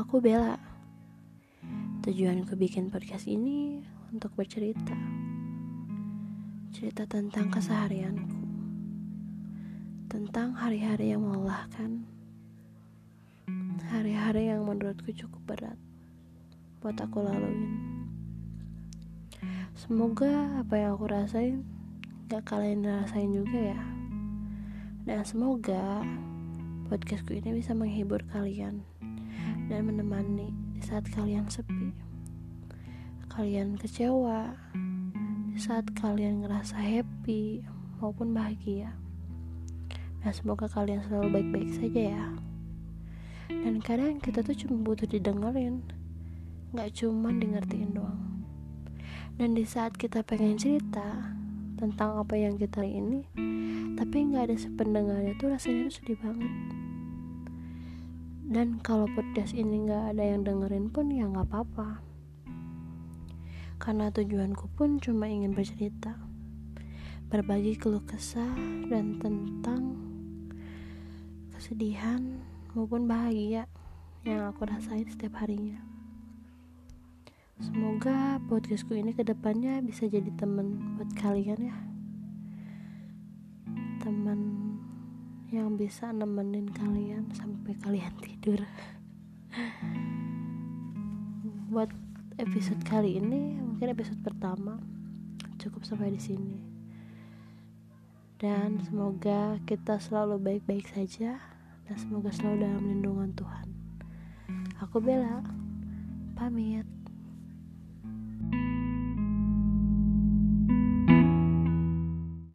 Aku Bella. Tujuanku bikin podcast ini untuk bercerita. Cerita tentang keseharianku, tentang hari-hari yang melelahkan, hari-hari yang menurutku cukup berat buat aku laluin. Semoga apa yang aku rasain gak kalian rasain juga ya. Dan semoga podcastku ini bisa menghibur kalian dan menemani di saat kalian sepi, kalian kecewa, di saat kalian ngerasa happy maupun bahagia. Dan semoga kalian selalu baik-baik saja ya. Dan kadang kita tuh cuma butuh didengerin, gak cuma dengerin doang. Dan di saat kita pengen cerita tentang apa yang kita ini, tapi gak ada sependengarnya tuh rasanya tuh sedih banget. Dan kalau podcast ini gak ada yang dengerin pun ya gak apa-apa, karena tujuanku pun cuma ingin bercerita, berbagi keluh kesah dan tentang kesedihan maupun bahagia yang aku rasain setiap harinya. Semoga podcastku ini kedepannya bisa jadi teman buat kalian ya, teman yang bisa nemenin kalian sampai kalian tidur. Buat episode kali ini, mungkin episode pertama cukup sampai di sini. Dan semoga kita selalu baik-baik saja, dan semoga selalu dalam lindungan Tuhan. Aku Bella, pamit.